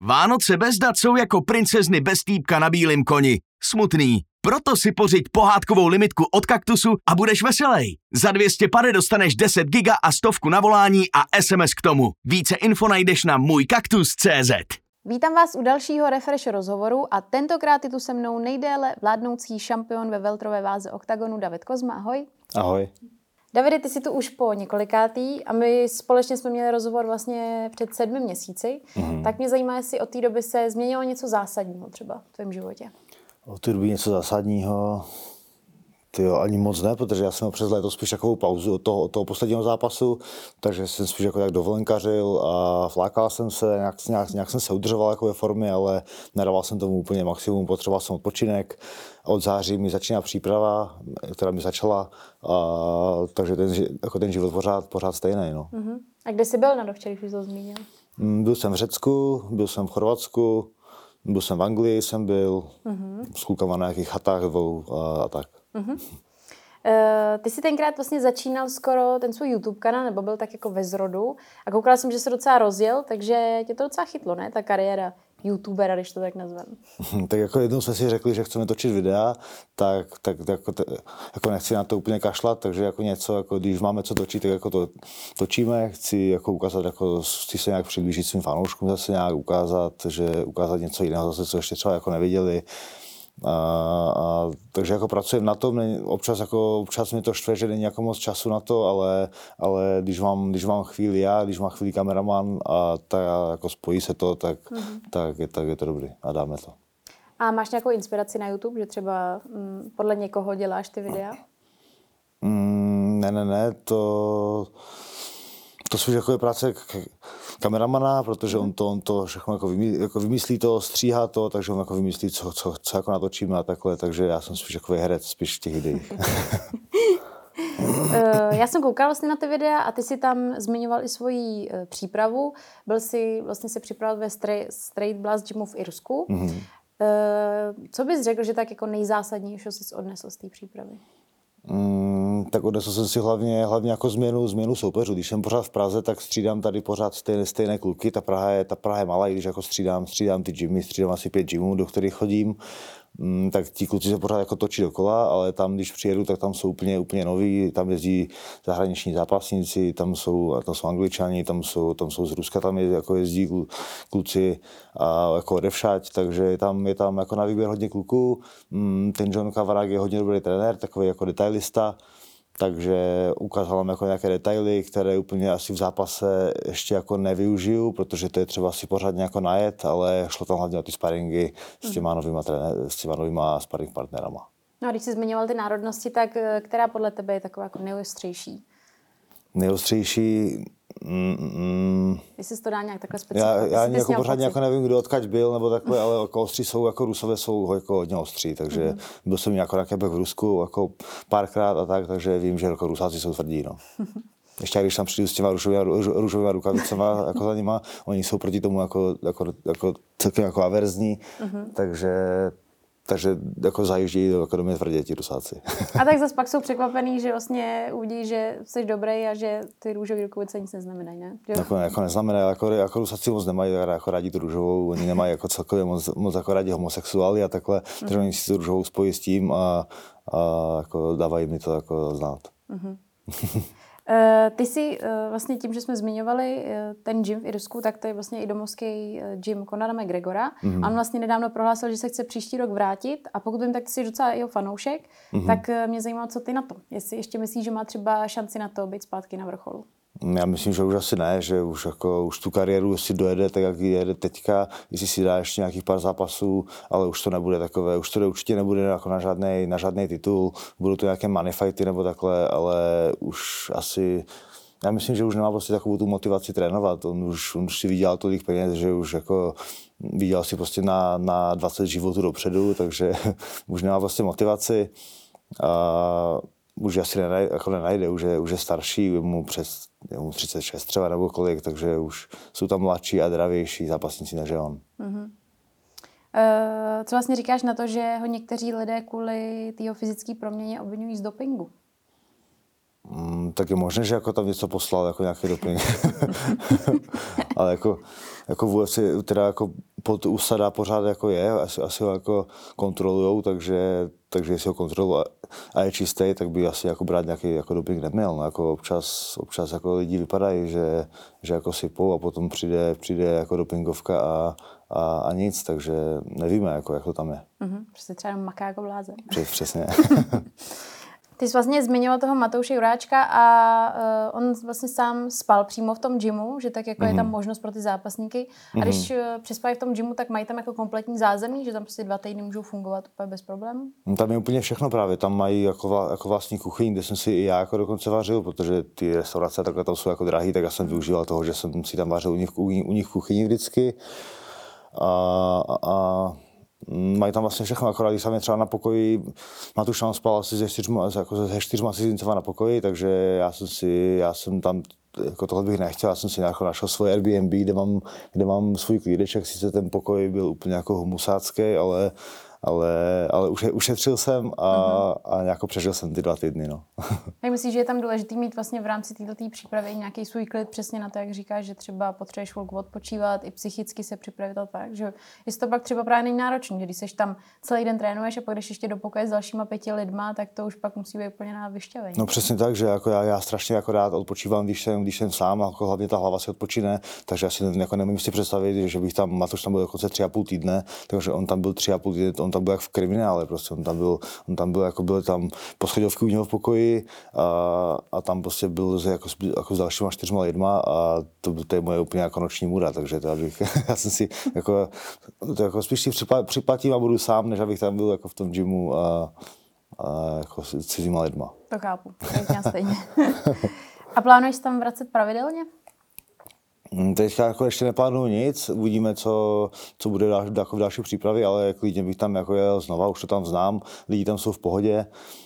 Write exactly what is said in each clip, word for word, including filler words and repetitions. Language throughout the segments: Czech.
Vánoce bez dat jsou jako princezny bez týpka na bílém koni. Smutný. Proto si pořiď pohádkovou limitku od Kaktusu a budeš veselej. Za dvě stě pade dostaneš deset giga a stovku na volání a es em es k tomu. Více info najdeš na můj kaktus tečka cé zet. Vítám vás u dalšího Refresh rozhovoru a tentokrát je tu se mnou nejdéle vládnoucí šampion ve welterové váze oktagonu David Kozma. Ahoj. Ahoj. Davide, ty jsi tu už po několikátý a my společně jsme měli rozhovor vlastně před sedmi měsíci. Mm-hmm. Tak mě zajímá, jestli od té doby se změnilo něco zásadního třeba v tvém životě. Od té doby něco zásadního, tyjo, ani moc ne, protože já jsem měl přes léto spíš takovou pauzu od toho, od toho posledního zápasu, takže jsem spíš jako tak dovolenkařil a flákal jsem se, nějak, nějak, nějak jsem se udržoval jako ve formě, ale nedával jsem tomu úplně maximum, potřeboval jsem odpočinek. Od září mi začíná příprava, která mi začala, a, takže ten, jako ten život pořád, pořád stejný. No. Uh-huh. A kde jsi byl na dovčer, když jsi to zmínil? Byl jsem v Řecku, byl jsem v Chorvatsku, byl jsem v Anglii, jsem byl uh-huh. s klukama na nějakých chatách dvou a, a tak. Uh-huh. Uh, ty jsi tenkrát vlastně začínal skoro ten svůj YouTube kanál, nebo byl tak jako ve zrodu a koukala jsem, že se docela rozjel, takže tě to docela chytlo, ne? Ta kariéra youtubera, když to tak nazvem. Tak jako jednou jsme si řekli, že chceme točit videa, tak, tak jako, jako nechci na to úplně kašlat, takže jako něco, jako když máme co točit, tak jako to točíme, chci jako ukázat, jako chci se nějak přiblížit svým fanouškům, zase nějak ukázat, že ukázat něco jiného, zase co ještě třeba jako neviděli. A, a, takže jako pracujeme na tom, občas, jako, občas mi to štve, že není jako moc času na to, ale, ale když, mám, když mám chvíli já, když mám chvíli kameraman a ta, jako spojí se to, tak, mm-hmm. tak, je, tak je to dobrý a dáme to. A máš nějakou inspiraci na YouTube, že třeba m, podle někoho děláš ty videa? Mm, ne, ne, ne, to... To jsou jako práce kameramana, protože on to, on to všechno jako vymyslí, jako vymyslí to, stříhá to, takže on jako vymyslí, co, co, co jako natočíme a takhle, takže já jsem spíš jako herec, spíš v těch ideích. Já jsem koukala vlastně na ty videa a ty si tam zmiňoval i svoji přípravu. Byl si vlastně se připravil ve Straight Blast Gymu v Irsku. Mm-hmm. Co bys řekl, že tak jako nejzásadnější jsi odnesl z té přípravy? Mm, tak odnesl jsem si hlavně, hlavně jako změnu, změnu soupeřů. Když jsem pořád v Praze, tak střídám tady pořád stejné, stejné kluky. Ta Praha je, ta Praha je malá, i když jako střídám, střídám ty gymy, střídám asi pět gymů, do kterých chodím. Mm, tak ti kluci se pořád jako točí dokola, ale tam, když přijedu, tak tam jsou úplně, úplně noví, tam jezdí zahraniční zápasníci, tam jsou, tam jsou Angličani, tam jsou, tam jsou z Ruska, tam je, jako jezdí kluci a jako odevšať, takže je tam, je tam jako na výběr hodně kluků. Mm, ten John Kavarák je hodně dobrý trenér, takový jako detailista, takže ukázal nám jako nějaké detaily, které úplně asi v zápase ještě jako nevyužiju, protože to je třeba si pořádně jako najet, ale šlo tam hlavně o ty sparingy s těma novýma, s těma novýma sparing partnerama. No a když jsi zmiňoval ty národnosti, tak která podle tebe je taková jako nejostřejší? Nejostřejší... Mm, mm, Jestli jsi to dá nějak takhle specifikovat. Já, já jako pořádně jako nevím, kdo odkaď byl, nebo takhle, ale jako ostří jsou, jako Rusové jsou jako hodně ostří, takže mm. byl jsem jako na kebech v Rusku jako párkrát a tak, takže vím, že jako Rusáci jsou tvrdí, no. Ještě když tam přijdu s těma růžovými rukavicema jako za nima, oni jsou proti tomu jako, jako, jako celkem jako averzní, mm-hmm. takže takže jako zajíždí jako do mě tvrdě ti Rusáci. A tak zase pak jsou překvapený, že vlastně uvidí, že jsi dobrý a že ty růžové rukavice nic neznamenají, ne? Jako, jako neznamená, jako, jako Rusáci moc nemají jako rádi tu růžovou, oni nemají jako celkově moc, moc jako rádi homosexuály a takhle, mm. takže oni si tu růžovou spojí s tím a, a jako dávají mi to jako znát. Mm-hmm. Ty jsi vlastně tím, že jsme zmiňovali ten gym v Irsku, tak to je vlastně i domovský gym Conora McGregora. Mm-hmm. On vlastně nedávno prohlásil, že se chce příští rok vrátit a pokud vím, tak ty jsi docela jeho fanoušek, mm-hmm. tak mě zajímalo, co ty na to. Jestli ještě myslíš, že má třeba šanci na to být zpátky na vrcholu. Já myslím, že už asi ne, že už, jako, už tu kariéru si dojede tak, jak jede teďka, jestli si dá ještě nějakých pár zápasů, ale už to nebude takové, už to určitě nebude jako na žádný na žádný titul, budou to nějaké money fighty nebo takhle, ale už asi, já myslím, že už nemá prostě takovou tu motivaci trénovat, on už, on už si vydělal tolik peněz, že už jako vydělal si prostě na, na dvacet životů dopředu, takže už nemá prostě motivaci. A už asi nenajde, jako nenajde, už je, už je starší, je mu přes je mu třicet šest třeba nebo kolik, takže už jsou tam mladší a dravější zápasníci než on. Mm-hmm. Uh, co vlastně říkáš na to, že ho někteří lidé kvůli tého fyzické proměně obvinují z dopingu? Mm, tak je možné, že jako tam něco poslal, jako nějaký doping. Ale jako, jako v U F C, teda jako pod usada pořád jako je, asi, asi ho jako kontrolujou, takže, takže jestli ho kontrolují a je čistý, tak by asi jako brát nějaký jako doping neměl. No, jako občas, občas jako lidi vypadají, že, že jako sypou a potom přijde, přijde jako dopingovka a, a, a nic, takže nevíme, jako, jak to tam je. Mm-hmm, prostě třeba maká jako blázen. Přesně. Ty jsi vlastně zmiňoval toho Matouše Juráčka a uh, on vlastně sám spal přímo v tom gymu, že tak jako mm-hmm. je tam možnost pro ty zápasníky. A když uh, přespají v tom gymu, tak mají tam jako kompletní zázemí, že tam prostě dva týdny můžou fungovat úplně bez problémů? No, tam je úplně všechno právě. Tam mají jako, vla, jako vlastní kuchyň, kde jsem si i já jako dokonce vařil, protože ty restaurace takhle tam jsou jako drahý, tak já jsem využíval toho, že jsem si tam vařil u nich, u, u nich kuchyni vždycky. A, a mají tam vlastně všechno, akorát když jsem je třeba na pokoji, Matuš tam spal asi se čtyřma, jako se čtyřma cizincema na pokoji, takže já jsem si, já jsem tam, jako tohle bych nechtěl, já jsem si nějak našel svoje Airbnb, kde mám, kde mám svůj klídeček, sice ten pokoj byl úplně jako humusácký, ale ale, ale ušetřil jsem a, uh-huh. a nějak přežil jsem ty dva týdny. No. Tak myslíš, že je tam důležité mít vlastně v rámci této přípravy nějaký svůj klid přesně na to, jak říkáš, že třeba potřebuješ chvilku odpočívat, i psychicky se připravit a tak, že jestli to pak třeba právě není náročný, že když seš tam celý den trénuješ a pak jdeš ještě do pokoje s dalšíma pěti lidma, tak to už pak musí být úplně na vyšťavení. No přesně tak, že jako já, já strašně jako rád odpočívám, když jsem, když jsem sám, jako hlavně ta hlava si odpočine, takže já si jako nemůžu si představit, že bych tam, Matuš tam byl dokonce tři a půl týdne, takže on tam byl tři a půl týdne, on tam byl jak v kriminále. Ale prostě on tam byl, on tam byl, jako byly tam poschodovky u něho v pokoji a, a tam prostě byl jako, jako s dalšíma čtyřma lidma a to, to je moje úplně jako noční můra, takže to abych, já jsem si jako, to jako spíš si připlatím a budu sám, než abych tam byl jako v tom gymu a, a jako s cizíma lidma. To chápu, tak stejně. A plánuješ tam vracet pravidelně? Teďka jako ještě neplánuju nic, uvidíme, co, co bude dál, jako v další přípravě, ale klidně bych tam jako jel znova, už to tam znám, lidi tam jsou v pohodě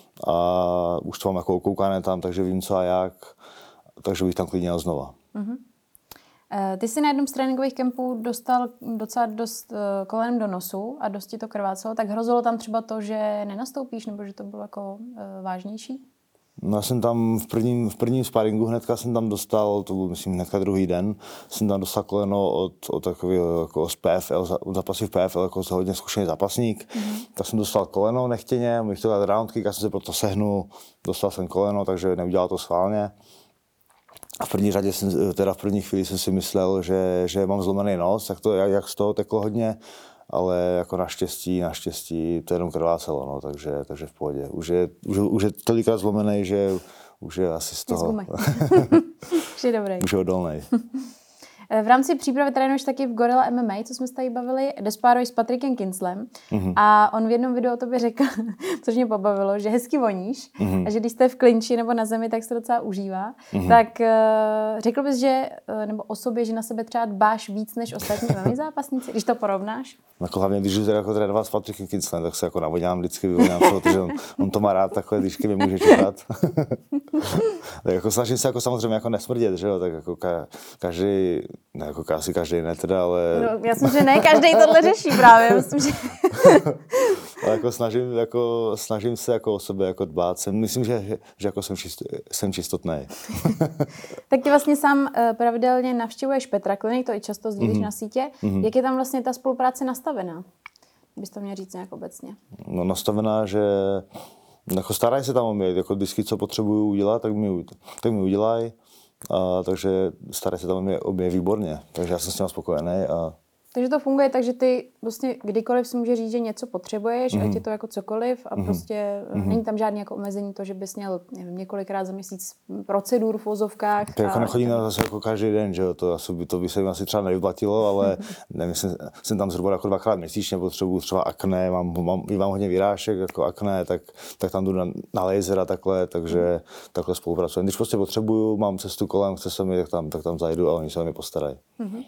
a už to mám jako okoukané tam, takže vím co a jak, takže bych tam klidně jel znova. Uh-huh. Ty jsi na jednom z tréninkových kempů dostal docela dost kolenem do nosu a dost ti to krvácelo, tak hrozilo tam třeba to, že nenastoupíš, nebo že to bylo jako vážnější? No já jsem tam v prvním, v prvním sparingu hnedka jsem tam dostal, to byl myslím hnedka druhý den, jsem tam dostal koleno od, od takového jako z P F L, od zápasy v P F L, jako hodně zkušený zápasník. Mm-hmm. Tak jsem dostal koleno nechtěně, můj chtěl dát roundkick, já jsem se proto sehnul, dostal jsem koleno, takže neudělal to schválně. A v první řadě jsem, teda v první chvíli jsem si myslel, že, že mám zlomený nos, tak to, jak, jak z toho teklo hodně. Ale jako naštěstí, naštěstí to jenom krvácelo, no, takže, takže v pohodě. Už je, už, už je tolikrát zlomený, že už je asi z toho... Už je dobrý. Už je odolnej. V rámci přípravy trénuješ taky v Gorilla M M A, co jsme se tady bavili, kde spáruješ s Patrickem Kinslem mm-hmm. a on v jednom videu o tobě řekl, což mě pobavilo, že hezky voníš mm-hmm. a že když jste v klinči nebo na zemi, tak se docela užívá. Mm-hmm. Tak uh, řekl bys, že, uh, nebo o sobě, že na sebe třeba dbáš víc než ostatní M M A zápasníci, když to porovnáš? Jako hlavně, když jdu jako trénovat s Patrickem Kinslem, tak se jako navodňám vždycky, vyvodňám, protože on, on to má rád takhle, když mi může čekat. Tak jako snažím se jako samozřejmě jako nesmrdět, že jo, tak jako ka, každý, ne jako asi každý ne teda, ale... No, já myslím, že ne každý tohle řeší právě, myslím, že... Ale jako snažím, jako, snažím se jako o sebe jako dbát, jsem, myslím, že, že jako jsem, čist, jsem čistotnej. Tak ty vlastně sám uh, pravidelně navštěvuješ Petra Klinik, to i často sdílíš mm-hmm. na sítě. Mm-hmm. Jak je tam vlastně ta spolupráce nastavená? Bys to měl říct nějak obecně. No nastavená, že jako starají se tam o mě, jako vždycky, co potřebuju udělat, tak mi, tak mi udělají. A, takže starají se tam o mě, o mě výborně, takže já jsem s tím spokojený. A... Takže to funguje tak, že ty vlastně kdykoliv si může říct, že něco potřebuješ, mm-hmm. ať je to jako cokoliv a mm-hmm. prostě mm-hmm. není tam žádný jako omezení to, že bys měl nevím, několikrát za měsíc procedur v vozovkách. To jako nechodím na zase jako každý den, že jo, to, asi by, to by se mi asi třeba nevyplatilo, ale nevím, jsem, jsem tam zhruba jako dvakrát měsíčně, potřebuju třeba akné, mám, mám, mám hodně vyrážek jako akné, tak, tak tam jdu na, na laser a takhle, takže mm-hmm. takhle spolupracujeme. Když prostě potřebuju, mám cestu kolem, chce se mi, tak tam, tak tam zajdu a oni se o mě postarají. Mm-hmm.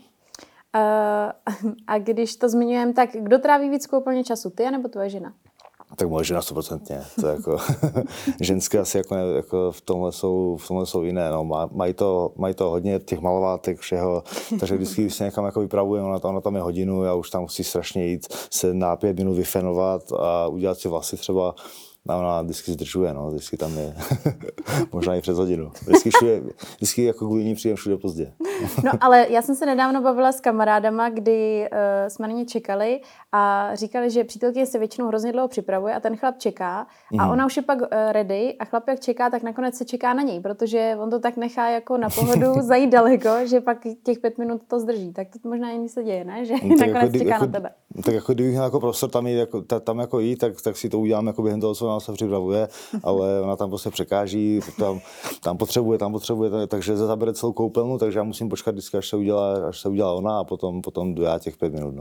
Uh, a když to zmiňujeme, tak kdo tráví víc koupelně času, ty nebo tvoje žena? Tak moje žena stoprocentně. To jako, ženské asi jako, jako v, tomhle jsou, v tomhle jsou jiné. No. Mají to, mají to hodně těch malovátek, všeho. Takže vždycky, když se někam jako vypravujeme, ona, ona tam je hodinu, já už tam musí strašně jít se na pět minut vyfenovat a udělat si vlasy třeba. A ona vždycky zdržuje, no, vždycky tam je, možná i přes hodinu. Vždycky, všude, vždycky jako kvůli ní přijde všude pozdě. No ale já jsem se nedávno bavila s kamarádama, kdy uh, jsme na ně čekali a říkali, že přítelkyně se většinou hrozně dlouho připravuje a ten chlap čeká a ona už je pak uh, ready a chlap jak čeká, tak nakonec se čeká na něj, protože on to tak nechá jako na pohodu zajít daleko, že pak těch pět minut to zdrží. Tak to možná jiný se děje, ne? Že no, nakonec jako, čeká jako, na tebe. Tak jako kdybych měl jako prostor tam, jít, jako, tam jako jít, tak, tak si to udělám jako během toho, co ona se připravuje, ale ona tam prostě překáží, tam, tam potřebuje, tam potřebuje, takže zabere celou koupelnu, takže já musím počkat vždycky, až se udělá, až se udělá ona a potom, potom jdu já těch pět minut. No.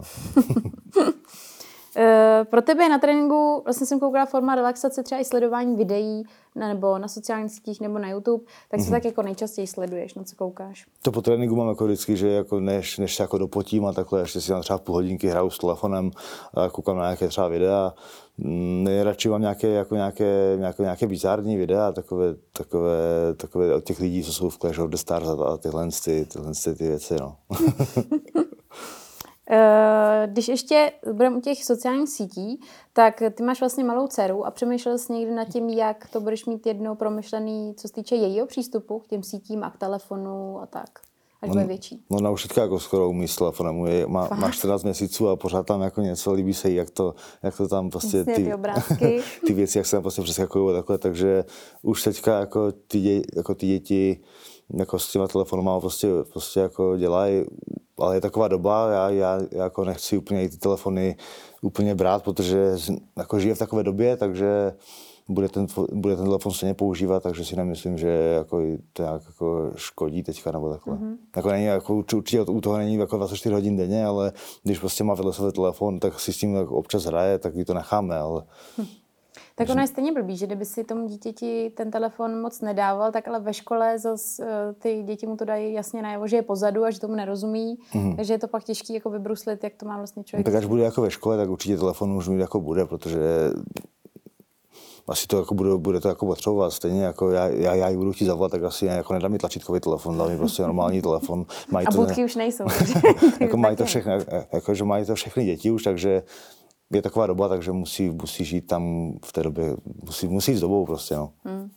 Pro tebe je na tréninku, vlastně jsem koukala forma relaxace, třeba i sledování videí, nebo na sociálních sítích, nebo na YouTube, tak se mm-hmm. tak jako nejčastěji sleduješ, na co koukáš? To po tréninku mám jako vždycky, že jako než, než se jako dopotím a takhle, ještě si tam třeba půl hodinky hraju s telefonem a koukám na nějaké třeba videa. Nejradši mám nějaké, jako nějaké, nějaké, nějaké bizární videa, takové, takové, takové od těch lidí, co jsou v Clash of the Stars a tyhle, ty, tyhle ty věci, no. Když ještě budeme u těch sociálních sítí, tak ty máš vlastně malou dceru a přemýšlel jsi někdy nad tím, jak to budeš mít jednou promyšlený, co se týče jejího přístupu k těm sítím a k telefonu a tak, až bude větší. No, ona už teďka jako skoro umí s telefonem, je, má, má čtrnáct měsíců a pořád tam jako něco, líbí se jí, jak to, jak to tam prostě ty, ty obrázky, ty věci, jak se tam prostě přeskakují takhle, takže už teďka jako ty, dě, jako ty děti jako s těma telefonama prostě, prostě jako dělají, ale je taková doba, já, já, já jako nechci úplně ty telefony úplně brát, protože jako žije v takové době, takže bude ten, bude ten telefon stejně používat, takže si nemyslím, že jako to nějak jako škodí teďka nebo takhle. Mm-hmm. Jako není, jako, určitě u toho není jako dvacet čtyři hodin denně, ale když prostě má vedle sebe telefon, tak si s tím jako občas hraje, tak ji to necháme, ale... Hm. Tak ono je stejně blbý, že kdyby si tomu dítěti ten telefon moc nedával, tak ale ve škole zase ty děti mu to dají jasně najevo, že je pozadu a že tomu nerozumí, mm-hmm. takže je to pak těžký jako vybruslit, jak to má vlastně člověk. No, tak až bude jako ve škole, tak určitě telefon už mít jako bude, protože asi to jako bude, bude to jako potřebovat. Stejně jako já, já, já ji budu chtít zavolat, tak asi jako nedám mi tlačítkový telefon, dám mi prostě normální telefon. Mají a to, budky ne... už nejsou. jako mají to všechny, jako, že mají to všechny děti už, takže je taková doba, takže musí, musí žít tam v té době, musí, musí jít s dobou prostě, no. Hmm. Uh,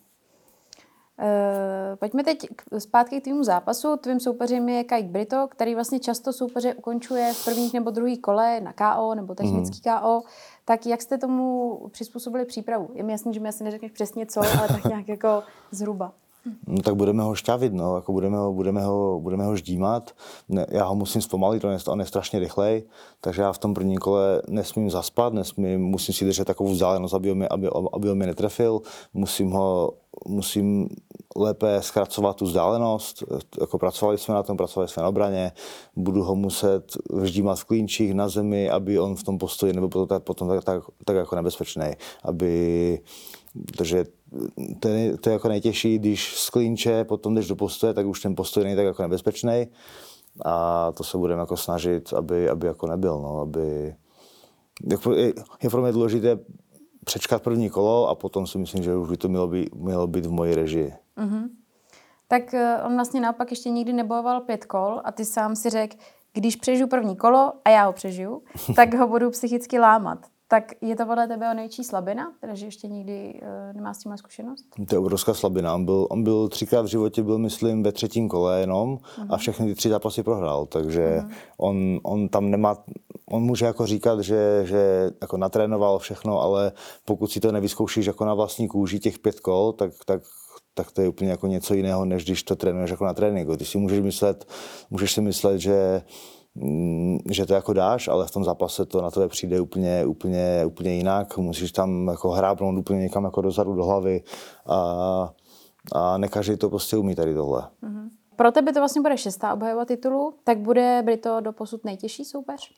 pojďme teď zpátky k týmu zápasu. Tvým soupeřem je Kajk Brito, který vlastně často soupeře ukončuje v prvních nebo druhých kole na K O nebo technický hmm. K O. Tak jak jste tomu přizpůsobili přípravu? Je mi jasný, že mi asi neřekneš přesně co, ale tak nějak jako zhruba. No tak budeme ho šťavit, no, jako budeme ho, budeme ho, budeme ho ždímat. Ne, já ho musím zpomalit, on je, on je strašně rychlej, takže já v tom prvním kole nesmím zaspat, nesmím, musím si držet takovou vzdálenost, aby, mě, aby, aby on mě netrefil, musím ho, musím lépe zkracovat tu vzdálenost, jako pracovali jsme na tom, pracovali jsme na obraně, budu ho muset vždímat v klínčích na zemi, aby on v tom postoji nebyl potom, potom tak, tak, tak jako nebezpečný, aby, protože to je, to je jako nejtěžší, když z klínče potom jdeš do postoje, tak už ten postoj není tak jako nebezpečný a to se budeme jako snažit, aby, aby jako nebyl, no, aby, je, je pro mě důležité přečkat první kolo a potom si myslím, že už by to mělo být, mělo být v mojí režii. Mm-hmm. Tak on vlastně naopak ještě nikdy nebojoval pět kol a ty sám si řekl, když přežiju první kolo a já ho přežiju, tak ho budu psychicky lámat. Tak je to podle tebe o největší slabina? Teda, že ještě nikdy uh, nemá s tím zkušenost? To je obrovská slabina. On byl, on byl třikrát v životě, byl myslím ve třetím kole jenom uh-huh. a všechny ty tři zápasy prohrál, takže uh-huh. on, on tam nemá, on může jako říkat, že, že jako natrénoval všechno, ale pokud si to nevyzkoušíš jako na vlastní kůži těch pět kol, tak, tak tak to je úplně jako něco jiného, než když to trénuješ jako na tréninku. Ty si můžeš myslet, můžeš si myslet, že že to jako dáš, ale v tom zápase to na tebe přijde úplně, úplně, úplně jinak. Musíš tam jako hrábnout úplně někam jako dozadu do hlavy a, a ne každý to prostě umí tady tohle. Mm-hmm. Pro tebe to vlastně bude šestá obhajoba titulu, tak bude Brito doposud nejtěžší soupeř?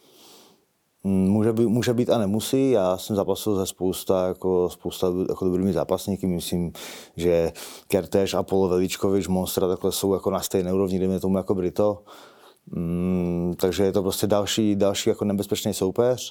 Může být, může být a nemusí. Já jsem zápasil ze spousta, jako, spousta jako dobrými zápasníky. Myslím, že Kertéž, Apollo, Veličkovič, Monstra takhle jsou jako na stejné úrovni, dejme tomu jako Brito. Mm, takže je to prostě další, další jako nebezpečný soupeř.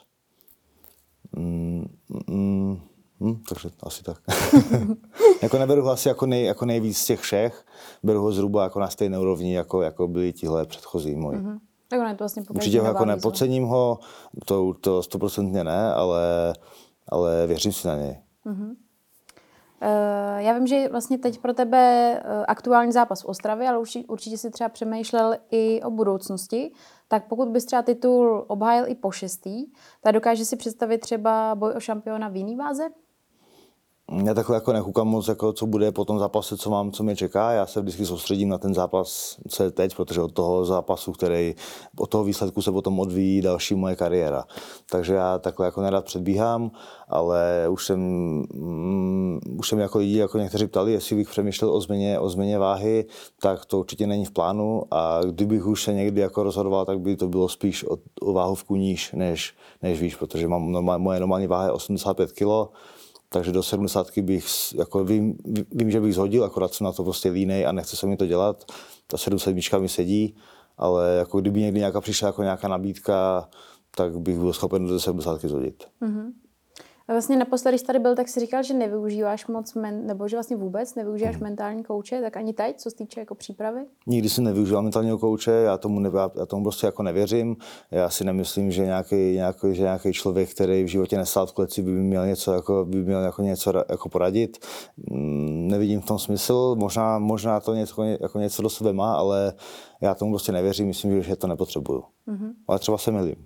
Mm, mm, mm, takže asi tak. Jako neberu ho asi jako, nej, jako nejvíc z těch všech, beru ho zhruba jako na stejné úrovni, jako, jako byli tihle předchozí moji. Mm-hmm. Tak ono je to vlastně určitě ho jako nepodcením ho, to, to stoprocentně ne, ale, ale věřím si na něj. Uh-huh. Uh, já vím, že vlastně teď pro tebe uh, aktuální zápas v Ostravě, ale určitě, určitě si třeba přemýšlel i o budoucnosti. Tak pokud bys třeba titul obhájil i po šestý, tak dokáže si představit třeba boj o šampiona v jiný váze? Já takhle jako nekoukám moc, jako co bude po tom zápase, co mám, co mě čeká. Já se vždycky soustředím na ten zápas, co je teď, protože od toho zápasu, který, od toho výsledku se potom odvíjí další moje kariéra. Takže já takhle jako nerad předbíhám, ale už jsem, mm, už jsem jako lidi, jako někteří ptali, jestli bych přemýšlel o změně, o změně váhy, tak to určitě není v plánu a kdybych už se někdy jako rozhodoval, tak by to bylo spíš o, o váhovku níž, než, než výš, protože mám normál, moje normální váha je osmdesát pět kilo. Takže do sedmdesátky bych, jako vím, vím, že bych zhodil, akorát jsem na to prostě línej a nechce se mi to dělat. Ta sedmdesát mi sedí, ale jako kdyby někdy nějaká přišla jako nějaká nabídka, tak bych byl schopen do sedmdesátky zhodit. Mm-hmm. A vlastně naposledy, když tady byl, tak si říkal, že nevyužíváš moc, men, nebo že vlastně vůbec nevyužíváš hmm. mentální kouče, tak ani teď, co se týče jako přípravy? Nikdy jsem nevyužíval mentálního kouče, já tomu, ne, já tomu prostě jako nevěřím. Já si nemyslím, že nějaký, nějaký, že nějaký člověk, který v životě nesál v kleci, by měl něco, jako, by měl jako něco jako poradit. Nevidím v tom smysl, možná, možná to něco, jako něco do sebe má, ale já tomu prostě nevěřím, myslím, že to nepotřebuju. Hmm. Ale třeba se mylím.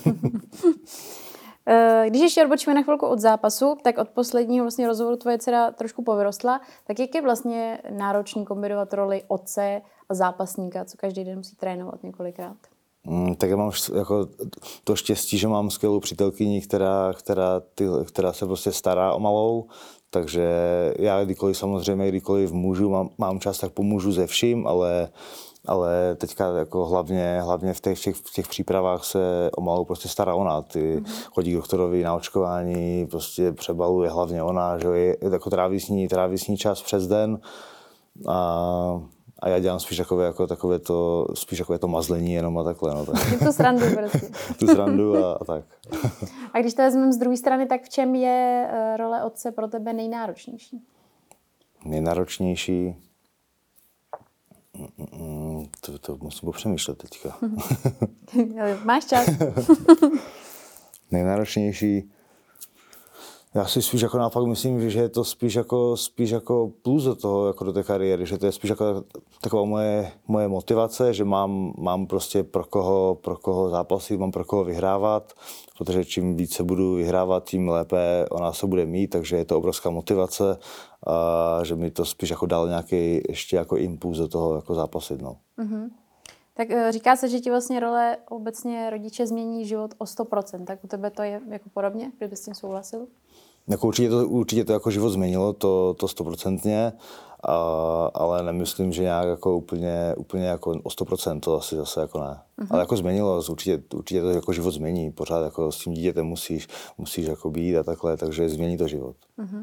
Když ještě odbočíme na chvilku od zápasu, tak od posledního vlastně rozhovoru tvoje dcera trošku povyrostla, tak jak je vlastně náročný kombinovat roli otce a zápasníka, co každý den musí trénovat několikrát? Mm, tak já mám jako to štěstí, že mám skvělou přítelkyni, která, která, ty, která se prostě stará o malou, takže já kdykoliv samozřejmě, kdykoliv můžu, mám, mám čas, tak pomůžu ze vším, ale ale teďka jako hlavně, hlavně v těch, v těch, v těch přípravách se o malou prostě stará ona. Ty mm-hmm. chodí k doktorovi na očkování, prostě přebaluje hlavně ona, že je jako tráví s ní, tráví s ní čas přes den a, a já dělám spíš takové, jako, takové to, spíš takové to mazlení jenom a takhle. No, tak. Tu srandu prostě. Tu srandu a, a tak. A když to vezmeme z druhé strany, tak v čem je role otce pro tebe nejnáročnější? Nejnáročnější? To, to musím popřemýšlet teďka. Máš čas. Nejnáročnější. Já si spíš jako naopak myslím, že je to spíš jako, spíš jako plus do toho, jako do té kariéry, že to je spíš jako taková moje, moje motivace, že mám, mám prostě pro koho, pro koho zápasit, mám pro koho vyhrávat, protože čím více budu vyhrávat, tím lépe ona se bude mít, takže je to obrovská motivace a že mi to spíš jako dal nějaký ještě jako impuls do toho jako zápasit. No. Mm-hmm. Tak říká se, že ti vlastně role obecně rodiče změní život o sto procent, tak u tebe to je jako podobně, kdyby s tím souhlasil? Jako určitě, to, určitě to jako život změnilo, to, to stoprocentně, a, ale nemyslím, že nějak jako úplně, úplně jako o sto procent, to asi zase jako ne. Uh-huh. Ale jako změnilo, určitě, určitě to jako život změní, pořád jako s tím dítětem musíš, musíš jako být a takhle, takže změní to život. Uh-huh.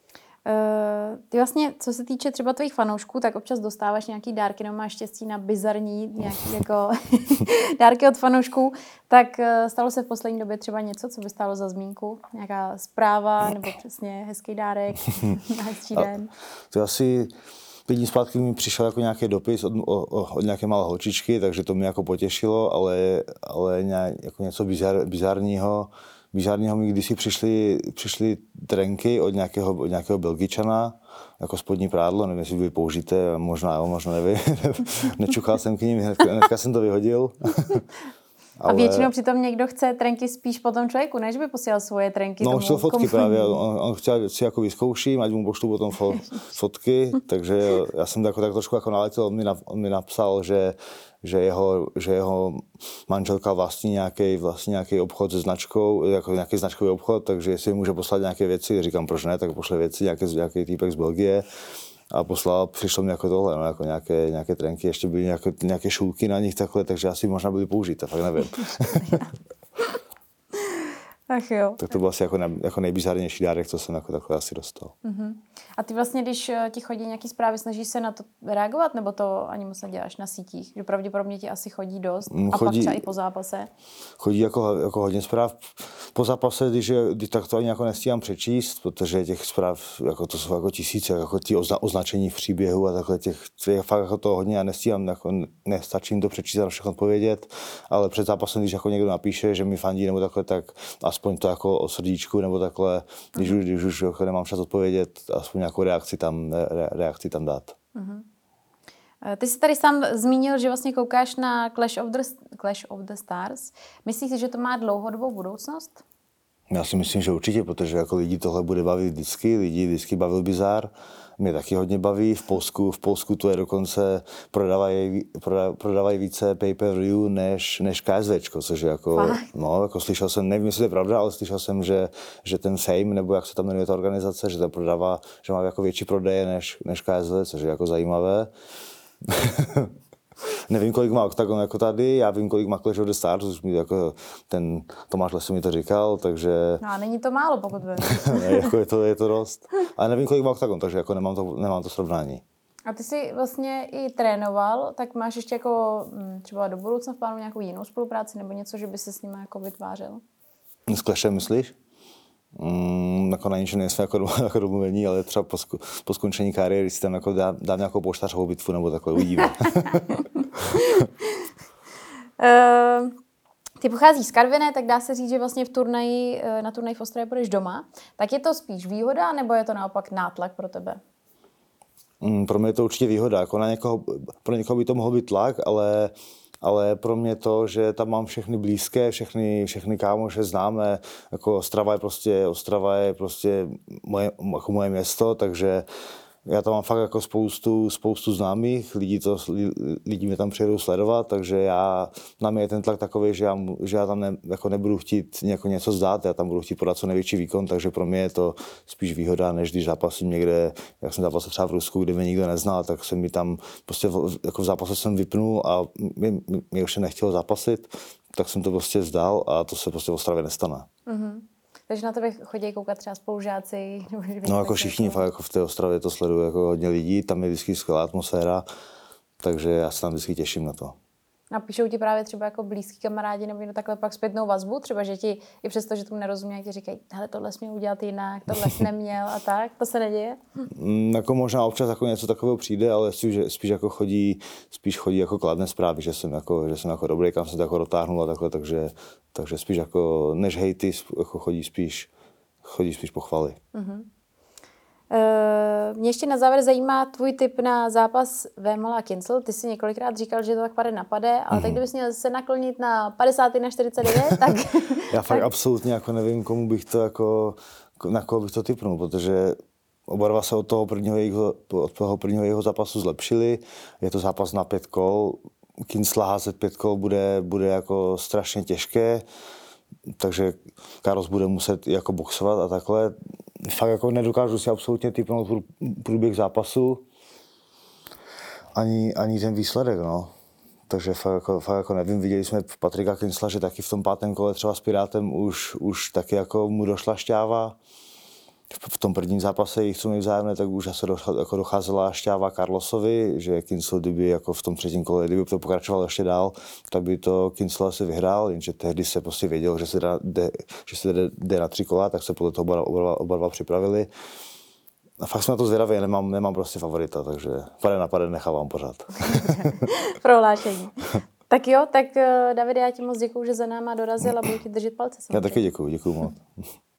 Uh, ty vlastně, co se týče třeba tvých fanoušků, tak občas dostáváš nějaký dárky, nebo máš štěstí na bizarní nějaký jako dárky od fanoušků, tak uh, stalo se v poslední době třeba něco, co by stálo za zmínku? Nějaká zpráva, nebo přesně hezký dárek na hezčí den? To asi pět dní zpátky mi přišel jako nějaký dopis od, od, od nějaké malé holčičky, takže to mě jako potěšilo, ale, ale nějak, jako něco bizar, bizarního. Bizarního mi kdysi přišly, přišly trenky od nějakého, od nějakého Belgičana, jako spodní prádlo, nevím, jestli byly použité, možná jo, možná nevím. Nečuchal jsem k ním, hnedka jsem to vyhodil. Ale... A většinou přitom někdo chce trenky spíš po tom člověku, než by posílal svoje trenky. No, tomu on chtěl fotky komu... právě, on, on chtěl si jako vyzkouším, ať mu pošlu potom fo, fotky, takže já jsem tak, tak trošku jako naletěl, on mi, na, on mi napsal, že, že, jeho, že jeho manželka vlastní nějaký, vlastní nějaký obchod se značkou, jako nějaký značkový obchod, takže jestli může poslat nějaké věci, říkám, proč ne, tak pošle věci, nějaký, nějaký týpek z Belgie. A poslal, přišlo mi jako tohle, no, jako nějaké, nějaké trenky, ještě byly nějaké, nějaké šulky na nich takhle, takže asi možná byly použité, fakt nevím. Ach jo. Tak to byl asi jako, ne, jako nejbizarnější dárek, co jsem jako takhle asi dostal. Uh-huh. A ty vlastně, když ti chodí nějaký zprávy, snažíš se na to reagovat, nebo to ani moc neděláš na sítích? Že pravděpodobně ti asi chodí dost a chodí, pak třeba i po zápase? Chodí jako, jako hodně zpráv. po zápase, když, je, když tak to ani jako nestíhám přečíst, protože těch zpráv, jako to jsou jako tisíce, jako ty ozna, označení v příběhu a takhle těch, je fakt jako to hodně, já nestíhám, jako nestačím to přečíst a všechno odpovědět, ale před zápasem, když jako někdo napíše, že mi fandí nebo takhle, tak aspoň to jako o srdíčku nebo takhle, když, uh-huh. když už jako nemám čas odpovědět, aspoň nějakou reakci tam, re, reakci tam dát. Uh-huh. Ty jsi tady sám zmínil, že vlastně koukáš na Clash of the, Clash of the Stars. Myslíš si, že to má dlouhodobou budoucnost? Já si myslím, že určitě, protože jako lidi tohle bude bavit vždycky, lidi vždycky bavil bizár. Mě taky hodně baví, v Polsku, v Polsku to je dokonce, prodávají, prodávají více pay-per-view než, než KSVčko, což je jako, Fakt? no, jako slyšel jsem, nevím, jestli to je pravda, ale slyšel jsem, že, že ten Fame, nebo jak se tam jmenuje ta organizace, že to prodává, že má jako větší prodeje než, než K S V, což je jako zajímavé. Nevím, kolik má Octagon jako tady, já vím, kolik má Clash of the Stars, už mi jako ten Tomáš Lesy mi to říkal, takže... No a není to málo, pokud vím. Ne, jako je to, je to dost. Ale nevím, kolik má Octagon, takže jako nemám to, nemám to srovnání. A ty jsi vlastně i trénoval, tak máš ještě jako třeba do budoucna v plánu nějakou jinou spolupráci nebo něco, že by se s nimi jako vytvářel? S Clashem myslíš? Mm, jako na ničem nejsme jako, jako domluvení, ale třeba po, po skončení kariéry si tam jako dám, dám nějakou poštářovou bitvu nebo takhle, uvidíme. uh, ty pocházíš z Karviné, tak dá se říct, že vlastně v turnaji, na turnaji v Ostravě budeš doma. Tak je to spíš výhoda, nebo je to naopak nátlak pro tebe? Mm, pro mě je to určitě výhoda. Jako na někoho, pro někoho by to mohl být tlak, ale ale pro mě to, že tam mám všechny blízké, všechny, všechny kámoše známe, jako Ostrava je prostě, Ostrava je prostě moje, jako moje město, takže já tam mám fakt jako spoustu, spoustu známých, lidi, to, lidi mě tam přijedou sledovat, takže já, na mě je ten tlak takový, že já, že já tam ne, jako nebudu chtít jako něco zdát, já tam budu chtít podat co největší výkon, takže pro mě je to spíš výhoda, než když zápasím někde, jak jsem zápasil třeba v Rusku, kde mě nikdo nezná, tak jsem mi tam prostě v, jako v zápase jsem vypnul a mě, mě už nechtělo zápasit, tak jsem to prostě vzdal a to se prostě v Ostravě nestane. Mm-hmm. Takže na tebe chodí koukat třeba spolužáci? No jako všichni, fakt jako v té Ostravě to sledují jako hodně lidí, tam je vždycky skvělá atmosféra, takže já se tam vždycky těším na to. A píšou ti právě třeba jako blízký kamarádi nebo takhle pak zpětnou vazbu, třeba že ti i přesto, že tomu nerozumí, ti říkají, hele, tohle jsi měl udělat jinak, tohle jsi neměl a tak, to se neděje? Mm, jako možná občas jako něco takového přijde, ale spíš, spíš jako chodí, spíš chodí jako kladné zprávy, že jsem jako, že jsem jako dobrý, kam jsem to jako dotáhnul a takhle, takže, takže spíš jako než hejty, jako chodí spíš, chodí spíš pochvaly. Mm-hmm. Uh, mě ještě na závěr zajímá tvůj tip na zápas Vémola a Kincl. Ty jsi několikrát říkal, že to tak pade napade, ale mm-hmm. tak kdybys měl se naklonit na padesát na čtyřicet devět, tak... Já fakt tak... absolutně jako nevím, komu bych to jako, na koho bych to tipnul, protože oba dva se od toho prvního jeho, od toho prvního jeho zápasu zlepšili. Je to zápas na pět kol. Kincla házet pět kol bude, bude jako strašně těžké, takže Carlos bude muset jako boxovat a takhle. Fakt jako nedokážu si absolutně tipnout průběh zápasu, ani, ani ten výsledek, no. Takže fakt jako, fakt jako nevím, viděli jsme Patrika Kincla, že taky v tom pátém kole třeba s Pirátem už, už taky jako mu došla šťáva. V tom prvním zápase jich co vzájemné, tak už asi jako docházela šťáva Carlosovi, že Kincl, kdyby jako v tom třetím kole, kdyby to pokračoval ještě dál, tak by to Kincl asi vyhrál, jenže tehdy se prostě věděl, že se jde, že se jde, jde na tři kola, tak se podle toho oba, oba, oba dva připravili. A fakt jsme na to zvědaví, nemám, nemám prostě favorita, takže pade na pade nechávám pořád. Prohlášení. Tak jo, tak Davide, já ti moc děkuju, že za náma dorazil a budu ti držet palce. Já taky děkuju, děkuju moc.